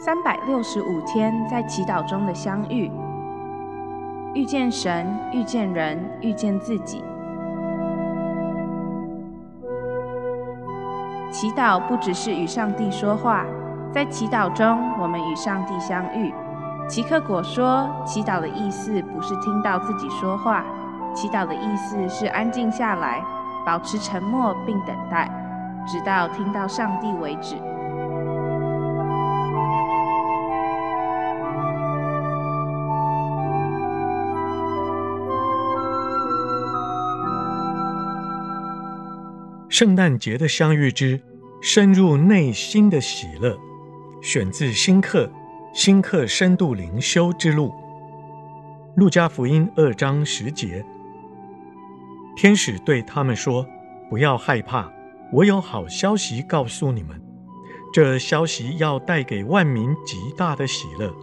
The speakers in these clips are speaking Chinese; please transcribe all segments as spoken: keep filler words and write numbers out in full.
三百六十五天在祈祷中的相遇，遇见神，遇见人，遇见自己。祈祷不只是与上帝说话，在祈祷中我们与上帝相遇。齐克果说，祈祷的意思不是听到自己说话，祈祷的意思是安静下来，保持沉默并等待，直到听到上帝为止。 圣诞节的相遇之深入内心的喜乐，选自新课新课深度灵修之路。路加福音二章十节，天使对他们说，不要害怕，我有好消息告诉你们，这消息要带给万民极大的喜乐。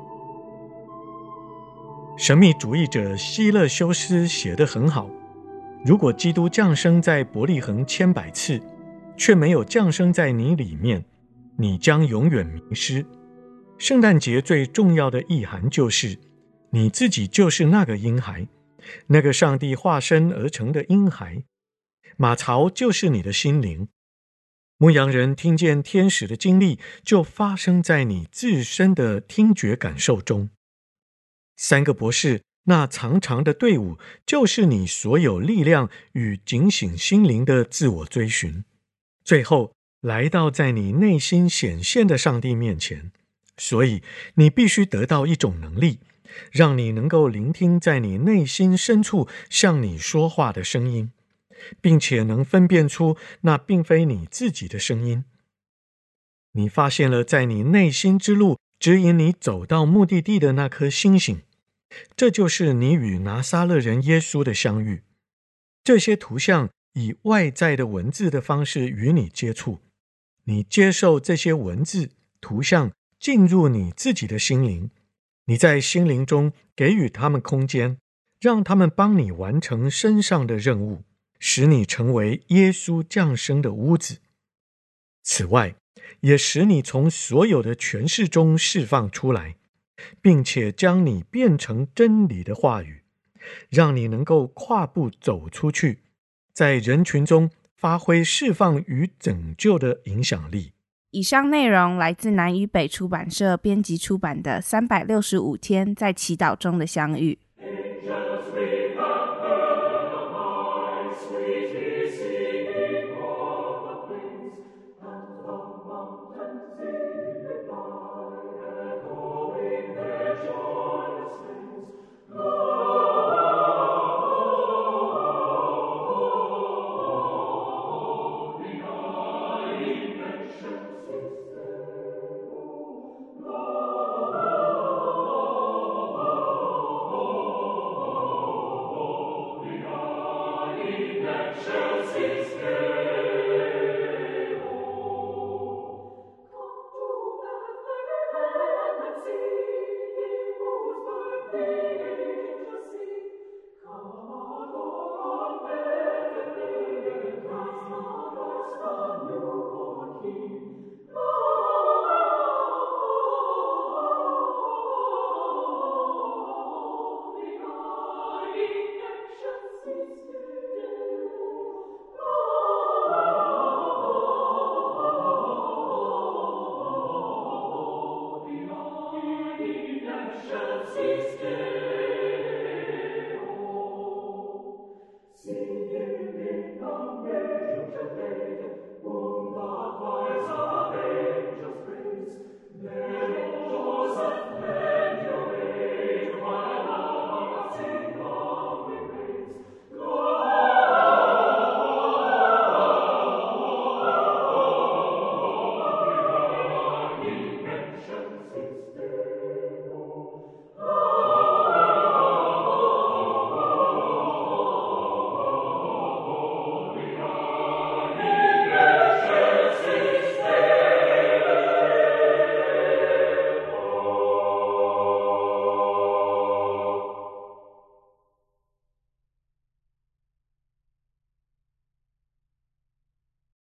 神秘主义者希勒修斯写得很好，如果基督降生在伯利恒千百次，却没有降生在你里面，你将永远迷失。圣诞节最重要的意涵就是，你自己就是那个婴孩，那个上帝化身而成的婴孩。马槽就是你的心灵。牧羊人听见天使的经历，就发生在你自身的听觉感受中。三个博士那长长的队伍，就是你所有力量与警醒心灵的自我追寻，最后来到在你内心显现的上帝面前。所以你必须得到一种能力，让你能够聆听在你内心深处向你说话的声音，并且能分辨出那并非你自己的声音。你发现了在你内心之路指引你走到目的地的那颗星星，这就是你与拿撒勒人耶稣的相遇。这些图像以外在的文字的方式与你接触，你接受这些文字图像进入你自己的心灵，你在心灵中给予他们空间，让他们帮你完成身上的任务，使你成为耶稣降生的屋子。此外，也使你从所有的权势中释放出来，并且将你变成真理的话语，让你能够跨步走出去，在人群中发挥释放与拯救的影响力。 以上内容来自南与北出版社编辑出版的《三百六十五天在祈祷中的相遇》。